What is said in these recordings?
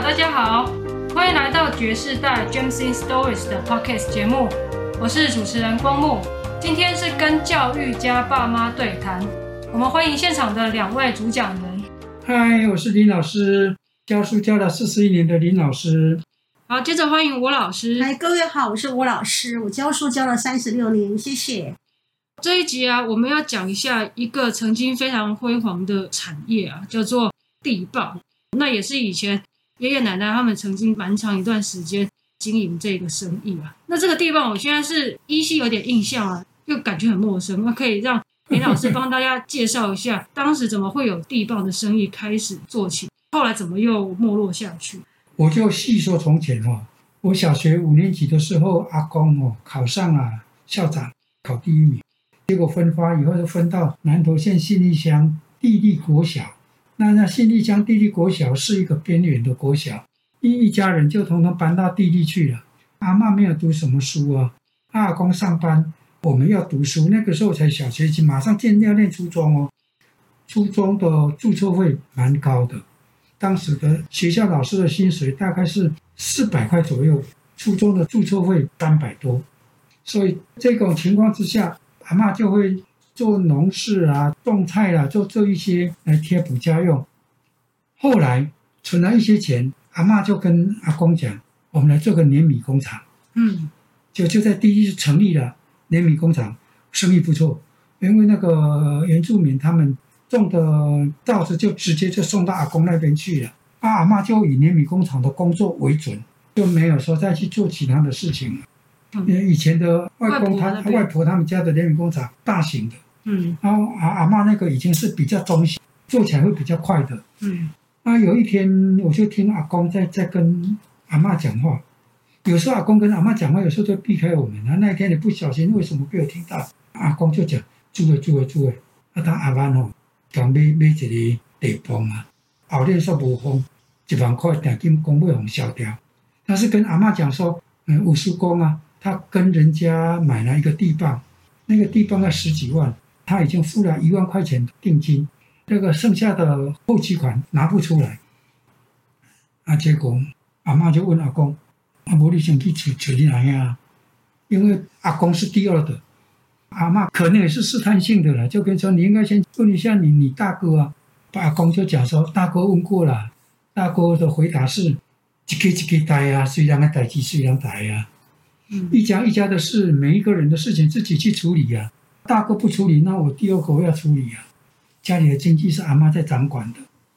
大家好，欢迎来到爵士代 Jameson Stories 的 Podcast 节目，我是主持人光木。今天是跟教育家爸妈对谈，我们欢迎现场的2位主讲人。 嗨，我是林老师，教书教了41年的林老师。 好，接着欢迎吴老师。 嗨，各位好，我是吴老师，我教书教了36年，谢谢。 这一集啊，我们要讲一下一个曾经非常辉煌的产业啊，叫做地报。那也是以前爷爷奶奶他们曾经蛮长一段时间经营这个生意啊。那这个地报我现在是依稀有点印象啊，又感觉很陌生。那可以让林老师帮大家介绍一下，当时怎么会有地报的生意开始做起，后来怎么又没落下去？ 我就细说从前哦，我小学5年级的时候，阿公考上了校长，考第1名。结果分发以后就分到南投县信义乡地利国小。那信义乡地利国小是一个边缘的国小，一家人就统统搬到地利去了。阿嬷没有读什么书啊，阿公上班，我们要读书。那个时候才小学马上要念初中哦。初中的注册费蛮高的，当时的学校老师的薪水大概是400块左右，初中的注册费300多。所以这种情况之下，阿嬷就会做农事啊，种菜啊，做一些来贴补家用。后来存了一些钱，阿嬷就跟阿公讲，我们来做个碾米工厂。就在第一成立了碾米工厂，生意不错。因为那个原住民他们种的稻子就直接就送到阿公那边去了，阿嬷就以碾米工厂的工作为准，就没有说再去做其他的事情了。以前的外婆他们家的碾米工厂大型的，然后阿嬷那个已经是比较中型，做起来会比较快的。有一天我就听阿公在跟阿嬷讲话，有时候阿公跟阿嬷讲话，有时候就避开我们。那一天你不小心为什么被我听到？阿公就讲诸位，当阿嬷刚买一个地磅啊，后日说无风，1万块定金公要互消掉。但是跟阿嬷讲说，武叔公啊，他跟人家买了一个地磅，那个地磅要10几万，他已经付了1万块钱定金，这个剩下的后期款拿不出来。结果阿嬷就问阿公，无你先去找你阿兄，因为阿公是第2的。阿嬷可能也是试探性的了，就跟说你应该先问一下你大哥啊。阿公就讲说，大哥问过了，大哥的回答是一个带啊，虽然的代志虽然带啊。一家一家的事，每一个人的事情自己去处理啊。大哥不处理，那我第2个我要处理啊。家里的经济是阿嬷在掌管的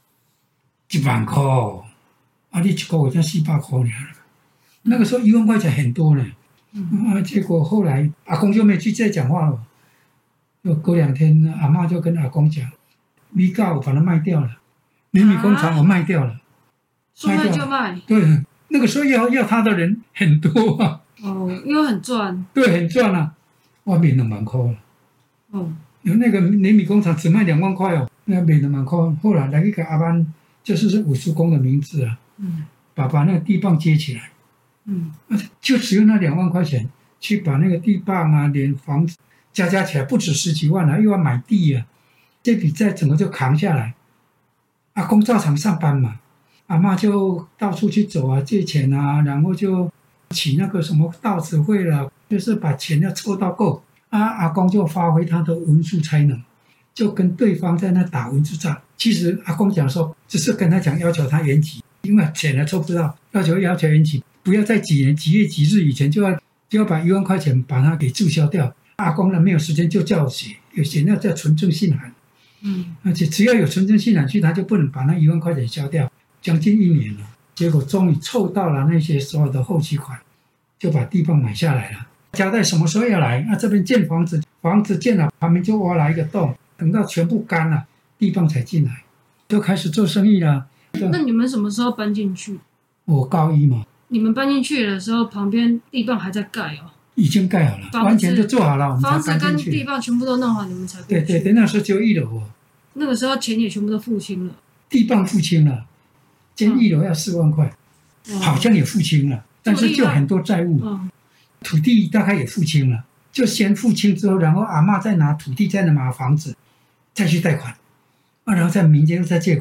，1万块，你1个月才400块而已。那个时候1万块钱很多呢。结果后来阿公就没去再讲话了。就过2天，阿嬷就跟阿公讲，米糕我把它卖掉了，碾米工厂我卖掉了。 说卖就卖。对， 那个时候要他的人很多啊。 因为很赚。 对，很赚啊，我卖2万块了。有那个碾米工厂只卖2万块哦，那卖2万块。后来来一个阿班，就是武叔公的名字啊。把那个地磅接起来。就只有那2万块钱去把那个地磅啊，连房子加起来不止10几万了，又要买地啊，这笔债整个就扛下来。阿公照常上班嘛，阿嬷就到处去走啊，借钱啊，然后就起那个什么稻子会了，就是把钱要凑到够。阿公就发挥他的文书才能，就跟对方在那打文字战。其实阿公讲说，只是跟他讲要求他延期，因为钱还凑不到，要求延期。不要在几月几日以前就要把1万块钱把它给注销掉。阿公呢没有时间就叫我写，有写那叫存证信函。而且只要有存证信函去，他就不能把那1万块钱消掉。将近1年了，结果终于凑到了那些所有的后期款，就把地磅买下来了。交代什么时候要来，这边建房子建了，旁边就挖了一个洞，等到全部干了，地磅才进来，就开始做生意了。 那你们什么时候搬进去？ 我高1嘛。 你们搬进去的时候，旁边地磅还在盖哦？ 已经盖好了，完全就做好了，我们才搬进去。 房子跟地磅全部都弄好，你们才搬进去。 对，那时候只有1楼哦。 那个时候钱也全部都付清了。 地磅付清了，建1楼要4万块，好像也付清了，但是就很多债务。土地大概也付清了，就先付清之后，然后阿嬷再拿土地再拿房子，再去贷款，然后在民间又再借款，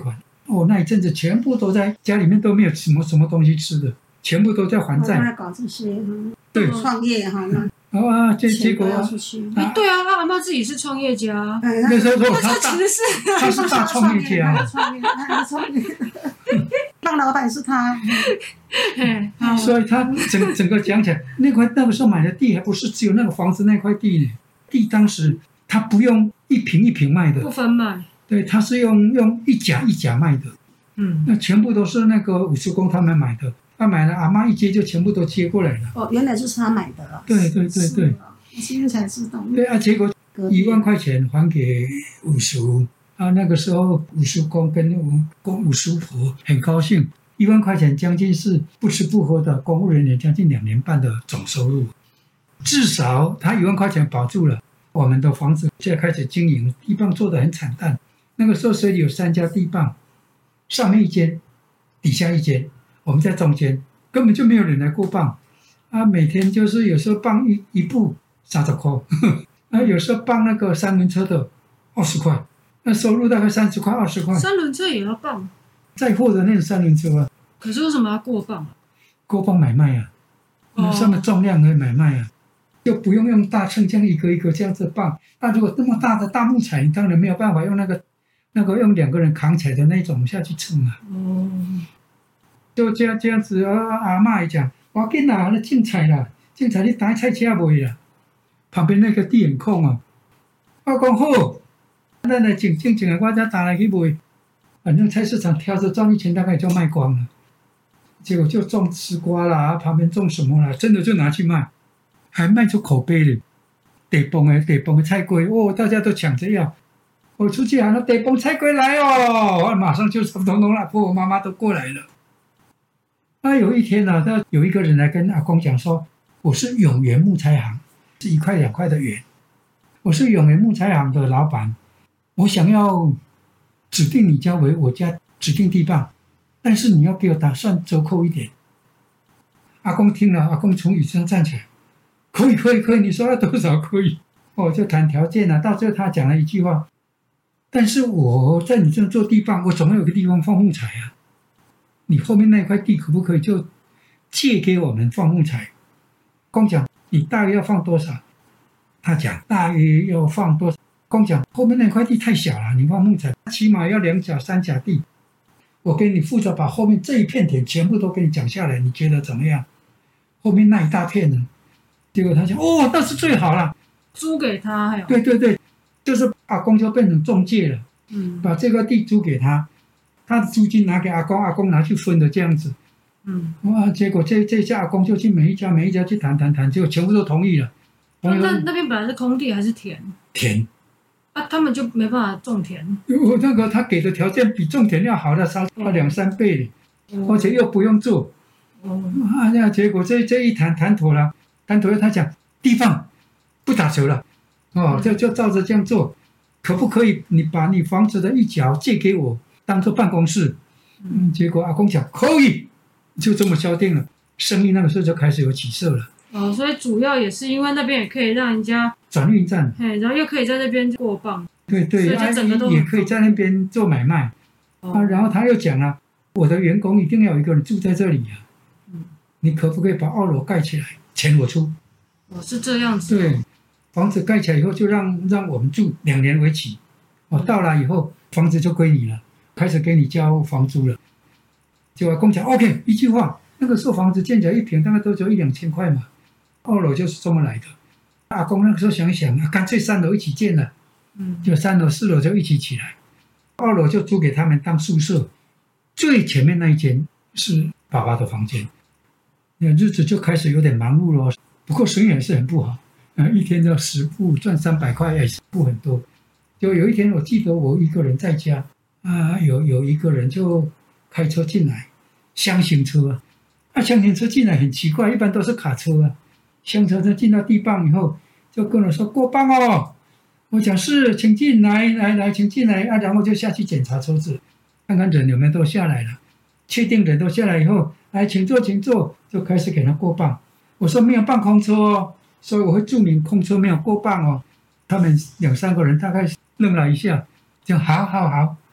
那一阵子全部都在家里面都没有什么东西吃的，全部都在还债。 在搞这些， 对， 创业哈， 结果要出去。 对啊，他阿嬷自己是创业家， 那时候他其实是他是大创业家， 他创业，当老板是他。 所以他整个讲起来，那个时候买的地还不是只有那个房子那块地呢，地当时他不用一坪一坪卖的， 不分卖， 对，他是用一甲一甲卖的，那全部都是那个武叔公他们买的，他买了阿嬷一接就全部都接过来了。 原来就是他买的了。 对， 现在才知道。 对啊，结果1万块钱还给武叔那个时候武叔公跟武叔婆很高兴，1万块钱将近是不吃不喝的公务人员将近2年半的总收入，至少他1万块钱保住了我们的房子。现在开始经营，地磅做得很惨淡。那个时候水里有3家地磅，上面一间，底下一间，我们在中间，根本就没有人来过磅每天就是有时候磅一部30块，有时候磅那个3轮车的20块，那收入大概30块20块。 3轮车也要磅？ 载货的那种3轮车可是为什么要过磅过磅买卖上面重量的买卖就不用大秤这样一个一个这样子磅。那如果这么大的大木材，你当然没有办法用那个用2个人扛起来的那种下去称就这样子阿嬷也讲，我要紧啦，那种菜啦，种菜你打菜车卖啦。旁边那个地很空我讲好，咱来种的，我再打来去卖。反正菜市场挑着赚1钱，大概就卖光了。结果就种丝瓜啦，旁边种什么啦，真的就拿去卖，还卖出口碑了。地磅的菜龟大家都抢着要。我出去喊了地磅菜龟来我马上就从老婆我妈妈都过来了。有一天有一个人来跟阿公讲说，我是永源木材行，是1块2块的元，我是永源木材行的老板，我想要指定你家为我家指定地磅，但是你要给我打算折扣一点。阿公听了，阿公从椅子上站起来，可以，你说要多少可以？就谈条件到最后他讲了一句话，但是我在你这做地磅，我总要有个地方放木材你后面那块地可不可以就借给我们放木材？公讲你大约要放多少？他讲大约要放多少？公讲后面那块地太小了，你放木材起码要2甲3甲地，我给你负责把后面这一片田全部都给你讲下来，你觉得怎么样？后面那一大片呢？结果他讲那是最好了， 租给他。 对，就是阿公就变成中介了，把这个地租给他，他的租金拿给阿公，阿公拿去分的这样子。结果这家阿公就去每一家去谈，结果全部都同意了。 那边本来是空地还是田？ 田他们就没办法种田。 他给的条件比种田要好了2-3倍，而且又不用做。结果这一谈妥了，谈妥了，他讲地方不打折了，就照着这样做，可不可以？你把你房子的一角借给我当做办公室。结果阿公讲可以，就这么敲定了，生意那个时候就开始有起色了。 所以主要也是因为那边也可以让人家转运站， 然后又可以在那边过磅， 对， 所以就整个都也可以在那边做买卖。然后他又讲了，我的员工一定要有一个人住在这里你可不可以把2楼盖起来，钱我出？ 是这样子。 对，房子盖起来以后就让我们住2年为期，到了以后房子就归你了，开始给你交房租了。结果阿公讲 OK， 一句话，那个时候房子建起来1坪大概都只有1-2千块嘛，2楼就是这么来的。阿公那个时候想一想干脆3楼一起建了，就3楼4楼就一起起来，2楼就租给他们当宿舍，最前面那一间是爸爸的房间。日子就开始有点忙碌了，不过生意还是很不好，一天要10步赚300块，也是不很多。就有一天我记得我一个人在家有一个人就开车进来，箱型车箱型车进来很奇怪，一般都是卡车箱型车进到地磅以后就跟我说过磅我讲是，请进来请进来然后就下去检查车子，看看人有没有都下来了，确定人都下来以后，来请坐，就开始给他过磅。我说没有办空车所以我会注明空车没有过磅他们2-3个人大概愣了一下，就好，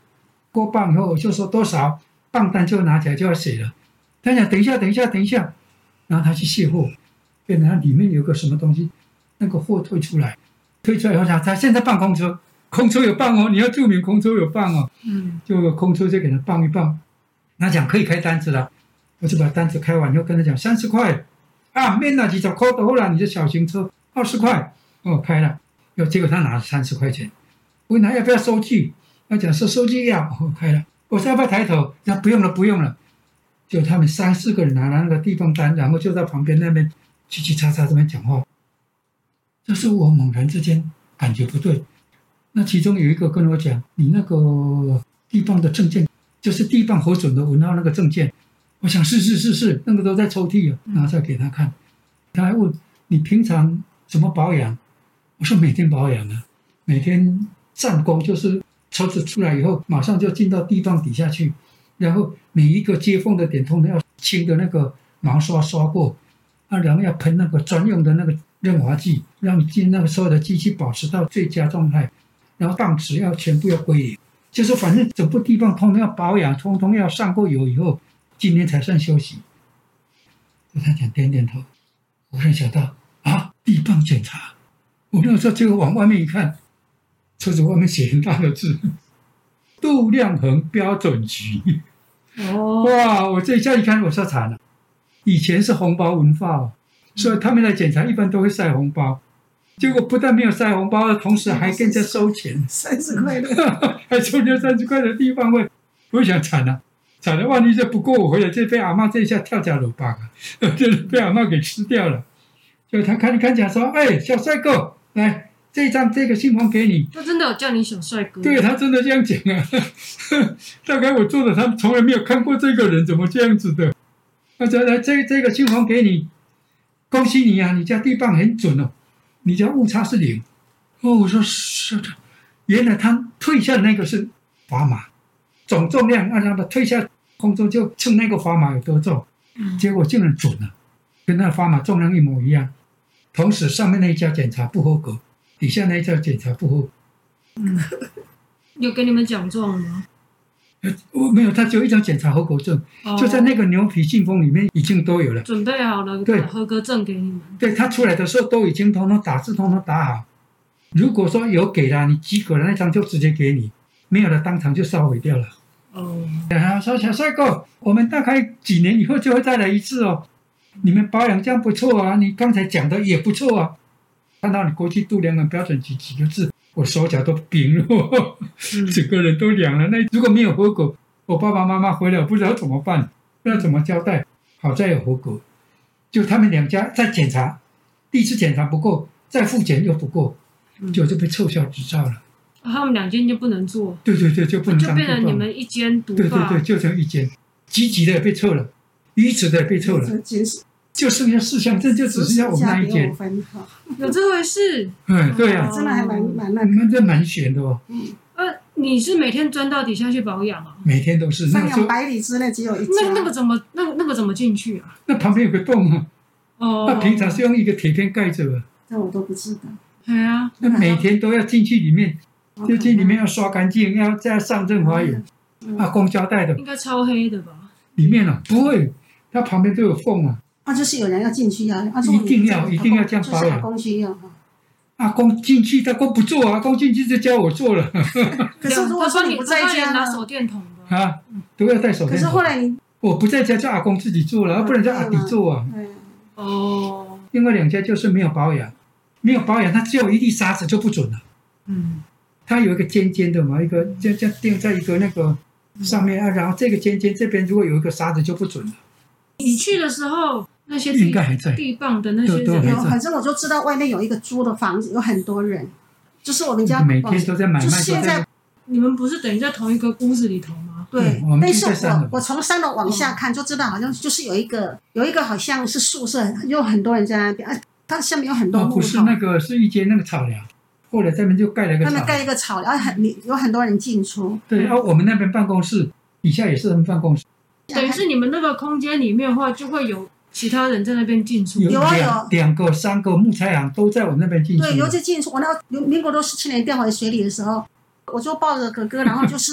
过磅以后，我就说多少，磅单就拿起来就要写了。他讲等一下，然后他去卸货，原来里面有个什么东西，那个货退出来以后他现在磅空车，空车有磅哦，你要注明空车有磅哦。就空车就给他磅一磅，他讲可以开单子了，我就把单子开完以后跟他讲30块啊，免了20块就好了，你的小型车20块，开了，结果他拿了30块钱，问他要不要收据，他讲说收据要，开了，我说要不要抬头，他不用了，就他们3、4个人拿了那个地方单，然后就在旁边那边叽叽喳喳这边讲话，这是我猛然之间感觉不对。那其中有一个跟我讲，你那个地方的证件，就是地方核准的文号那个证件，我想是，那个都在抽屉拿出来给他看。他还问你平常怎么保养？我说每天保养啊，每天站工，就是车子出来以后马上就进到地磅底下去，然后每一个接缝的点通要清的那个毛刷刷过，然后要喷那个专用的那个润滑剂，让你进那个所有的机器保持到最佳状态，然后档池要全部要归零，就是反正整部地磅通通要保养，通通要上过油以后，今天才算休息。他讲点头，我忽然想到地磅检查，我那时候就往外面一看，车子外面写很大的字，度量衡标准局。哇！我这一下一看，我说惨了，以前是红包文化所以他们来检查一般都会塞红包，结果不但没有塞红包，同时还跟人家收钱 30块的， 还收人家30块的地方位。我想惨了，万一这不过我回来，这被阿嬷这一下跳脚楼巴就是被阿嬷给吃掉了。就他看讲说，小帅哥，来这张这个信封给你。 他真的有叫你小帅哥？ 对，他真的这样讲啊。大概我做的，他们从来没有看过这个人怎么这样子的。那来这个信封给你，恭喜你啊，你家地磅很准哦，你家误差是0。我说是的，原来他退下的那个是砝码，总重量按照他退下空中就称那个砝码有多重，结果竟然准了，跟那个砝码重量一模一样。同时上面那一家检查不合格，底下那一家检查不合格。 有给你们奖状吗？ 我没有，他只有一张检查合格证，就在那个牛皮信封里面已经都有了， 准备好了， 对， 合格证给你们。 对，他出来的时候都已经通通打字，通通打好。如果说有给了，你及格了那张就直接给你，没有了当场就烧毁掉了。说小帅哥，我们大概几年以后就会再来一次哦。你们保养这样不错啊，你刚才讲的也不错啊。看到你国际度量衡标准局几个字，我手脚都冰了，整个人都凉了。那如果没有合格，我爸爸妈妈回来我不知道怎么办，不知道怎么交代。好在有合格，就他们2家再检查，第一次检查不够，再复检又不够，就被撤销执照了。 他们2间就不能做。 对，就不能当就变成你们一间独霸。 对，就成一间，积极的也被撤了，鱼池的也被撤了，就剩下4乡镇，就只剩下我们那一间。 有这回事？ 对啊， 真的还蛮这蛮悬的哦。 你是每天钻到底下去保养啊？ 每天都是。 300里之内只有一家。 那个怎么进去啊？ 那旁边有个洞啊。那平常是用一个铁片盖着的。 这我都不知道。 对啊。 那每天都要进去里面，就进里面要刷干净，要再上润滑油，公交带的。 应该超黑的吧？ 里面不会，它旁边都有缝啊。 就是有人要进去啊， 一定要这样保养。 阿公需要。 阿公进去，阿公不做啊，阿公进去就教我做了。 可是如果说你不在家拿手电筒的都要带手电筒。 可是后来我不在家，叫阿公自己做了，不然叫阿弟做啊。另外2家就是没有保养，它只有一粒沙子就不准了。它有一个尖尖的嘛，一个这样钉在一个那个上面然后这个尖尖这边如果有一个沙子就不准了。 你去的时候，那些应该还在地磅的那些人，反正我就知道外面有一个租的房子，有很多人，就是我们家每天都在买卖。 就现在你们不是等于在同一个屋子里头吗？ 对，但是我从3楼往下看就知道，好像就是有一个好像是宿舍，有很多人在那边，它下面有很多木头。 不是那个，是一间那个草寮，后来这边就盖了个草寮。 他们盖一个草寮，有很多人进出。 对，我们那边办公室底下也是他们办公室。 等于是你们那个空间里面的话，就会有其他人在那边进出。 有 2个3个木材行都在我们那边进出。 对，尤其进出。我那民国67年调回水里的时候，我就抱着哥哥，然后就是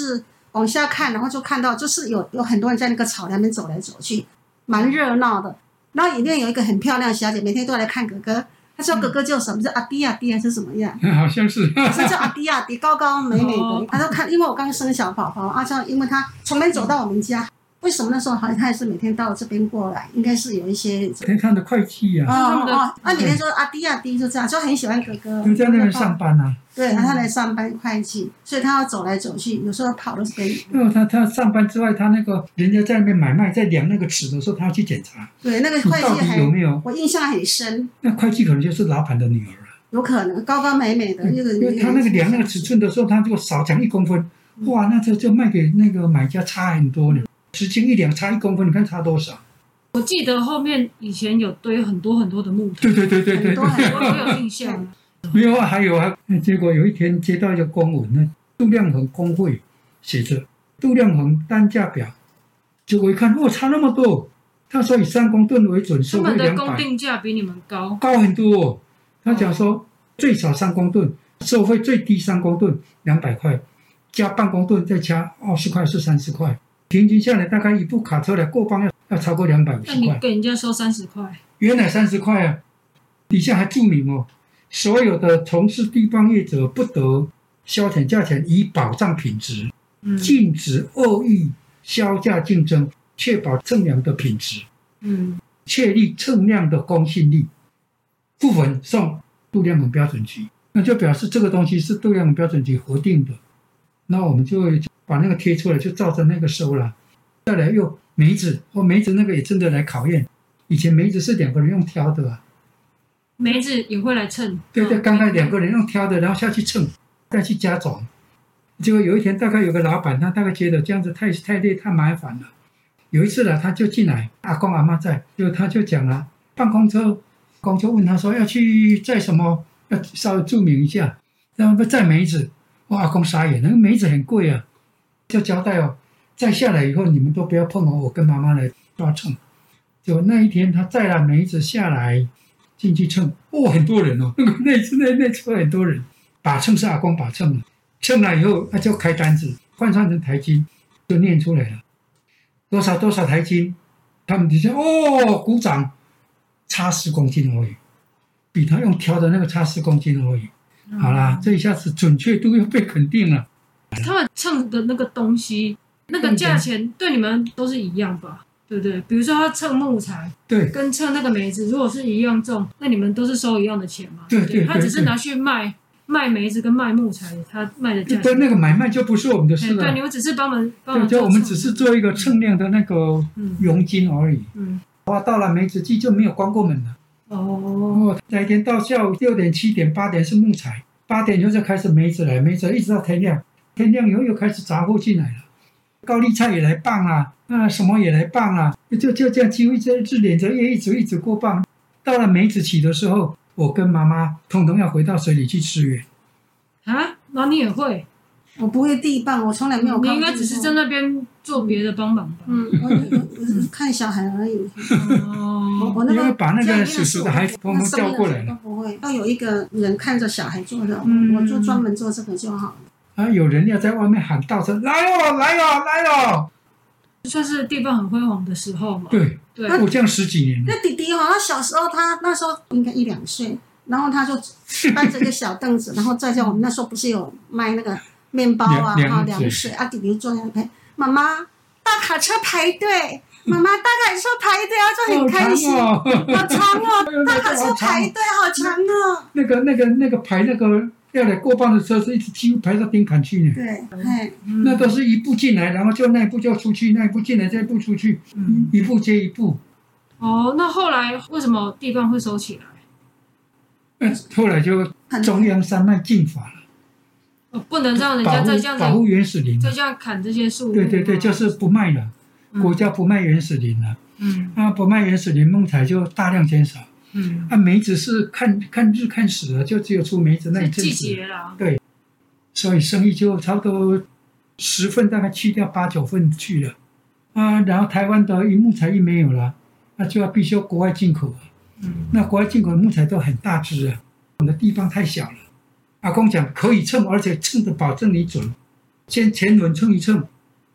往下看，然后就看到就是有很多人在那个草那边走来走去，蛮热闹的。然后里面有一个很漂亮的小姐，每天都来看哥哥。她说哥哥叫什么？叫阿迪亚迪还是什么样？ 好像是。 是叫阿迪亚迪，高高美美的。她说看，因为我刚生小宝宝，因为她从没走到我们家。为什么那时候好像他也是每天到这边过来？应该是有一些他的会计啊。 里面说阿迪亚迪就这样，就很喜欢哥哥。 就在那边上班啊。 对，他来上班会计，所以他要走来走去，有时候跑到这边。 因为他上班之外，他那个人家在那边买卖，在量那个尺的时候，他要去检查。 对，那个会计到底有没有？ 我印象很深。 那会计可能就是老板的女儿了。 有可能高高美美的，因为他那个量那个尺寸的时候，他就少讲1公分，哇，那就卖给那个买家差很多呢。10斤1两差1公分，你看差多少？ 我记得后面以前有堆很多很多的木头。 对， 我有印象。 没有啊，还有啊，结果有一天接到一个公文，那度量衡工会写着度量衡单价表，结果一看，差那么多。他说以3公吨为准，收费200。 他们的公定价比你们高很多。他讲说最少3公吨，收费最低3公吨200块，加半公吨再加20块是30块。平均下来大概一部卡车来过磅要超过250块。 那你给人家收30块？ 原来30块啊！底下还注明哦，所有的从事地方业者不得消减价钱，以保障品质，禁止恶意销价竞争，确保称量的品质，确立称量的公信力。部分送度量衡标准局，那就表示这个东西是度量衡标准局核定的。那我们就把那个贴出来，就照着那个收了。再来用梅子，梅子那个也真的来考验。以前梅子是2个人用挑的啊， 梅子也会来称。 对，刚才2个人用挑的，然后下去称，再去加总。结果有一天，大概有个老板，他大概觉得这样子太累太麻烦了。有一次呢，他就进来，阿公阿嬷在，他就讲了，办公车，公就问他说要去载什么，要稍微注明一下，然后载梅子。阿公傻眼，那个梅子很贵啊，就交代载下来以后你们都不要碰我跟妈妈来抓秤。就那一天他载了梅子下来进去称，很多人哦，那车很多人，把秤是阿公把秤了，称了以后他就开单子换算成台斤，就念出来了，多少多少台斤，他们就鼓掌，差10公斤而已，比他用挑的那个差10公斤而已。好啦，这一下子准确度又被肯定了。 他们称的那个东西，那个价钱对你们都是一样吧？对不对？比如说他称木材， 对， 跟称那个梅子，如果是一样重，那你们都是收一样的钱嘛？ 对， 他只是拿去卖梅子跟卖木材，他卖的价钱。 对，那个买卖就不是我们的事了。 对，你们只是帮忙。 就我们只是做一个称量的那个佣金而已。到了梅子季就没有关过门了。那一天到下午6点、7点、8点是木材，8点以后就开始梅子来，梅子一直到天亮，天亮以后又开始杂货进来了，高丽菜也来磅啊，什么也来磅啊，就这样几乎一直连着夜一直过磅。到了梅子期的时候，我跟妈妈统统要回到水里去支援。 啊，那你也会？ 我不会地磅，我从来没有。 你应该只是在那边做别的帮忙吧？ 我看小孩而已。我那个把那个叔叔的孩子通通叫过来了。 都不会，要有一个人看着小孩做的，我就专门做这个就好了。 有人要在外面喊道声来哦来哦来哦， 算是地方很辉煌的时候嘛。 对，我这样10几年了。 那弟弟他小时候，他那时候应该1、2岁，然后他就搬着一个小凳子，然后再叫我们那时候不是有卖那个面包啊，凉水啊，弟弟坐在那边，妈妈大卡车排队，妈妈大卡车排队就很开心，好长哦，大卡车排队好长哦。 那个排那个要来过磅的车是一直几乎排到丁坎去呢。 对， 那都是一步进来，然后就那一步就出去，那一步进来这一步出去，一步接一步。 那后来为什么地方会收起来？ 后来就中央山脉禁法了。 不能让人家再这样子保护原始林， 再这样砍这些树。 对，就是不卖了，国家不卖原始林了。不卖原始林，木材就大量减少。梅子是看日看时了，就只有出梅子那一阵子。 季节啦。 对，所以生意就差不多10份大概去掉8、9份去了。然后台湾的木材一没有了，那就要必须要国外进口。那国外进口的木材都很大只啊，我们的地方太小了。阿公讲可以称，而且称的保证你准。先前轮称一称，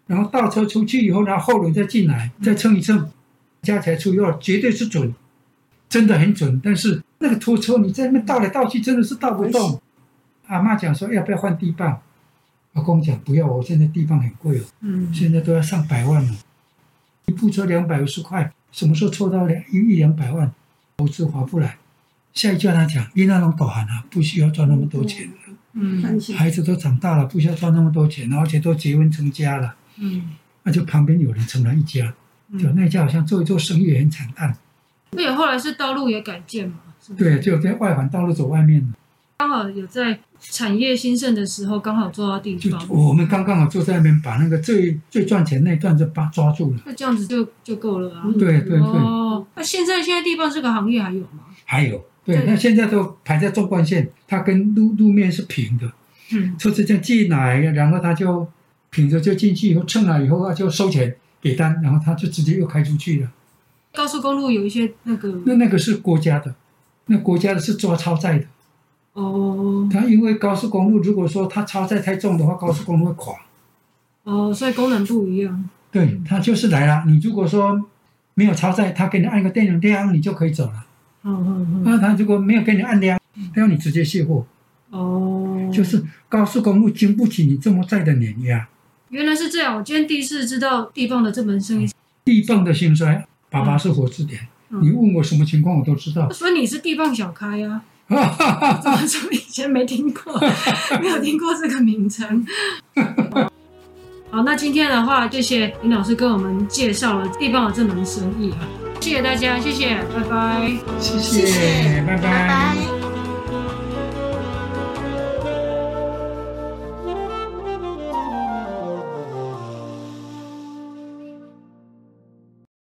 然后倒车出去以后，然后后轮再进来，再称一称，加起来除以2，绝对是准，真的很准。但是那个拖车你在那边倒来倒去，真的是倒不动。阿嬷讲说要不要换地磅，阿公讲不要，我现在地磅很贵哦，现在都要上100万了，一部车250块，什么时候凑到100-200万，投资划不来。下一句他讲，你那种大汉啊，不需要赚那么多钱了，孩子都长大了，不需要赚那么多钱，而且都结婚成家了，那就旁边有人成了一家，就那家好像做一做生意也很惨淡。 而且后来是道路也改建嘛，是不是？ 对，就在外环道路走外面了。 刚好有在产业兴盛的时候，刚好做到地方。 我们刚好坐在那边，把那个最赚钱那段就把抓住了。 那这样子就够了啊。 对。 哦，那现在地磅这个行业还有吗？ 还有，对，那现在都排在纵贯线，它跟路面是平的。车子这样进来，然后他就平着就进去，以后称了以后他就收钱给单，然后他就直接又开出去了。 高速公路有一些那个是国家的，那国家的是抓超载的。 哦， 它因为高速公路如果说它超载太重的话，高速公路会垮。 哦，所以功能不一样。 对，它就是来了。你如果说没有超载，它给你按一个电钮亮，你就可以走了。那它如果没有给你按亮，它要你直接卸货。哦，就是高速公路经不起你这么载的碾压。 原来是这样，我今天第一次知道地磅的这门生意。 地磅的兴衰，爸爸是活字典。你问我什么情况，我都知道。 所以你是地磅小开啊？怎么说？以前没听过，没有听过这个名称。好，那今天的话，谢谢林老师跟我们介绍了地磅的这门生意啊，谢谢大家，谢谢，拜拜， 谢谢，拜拜。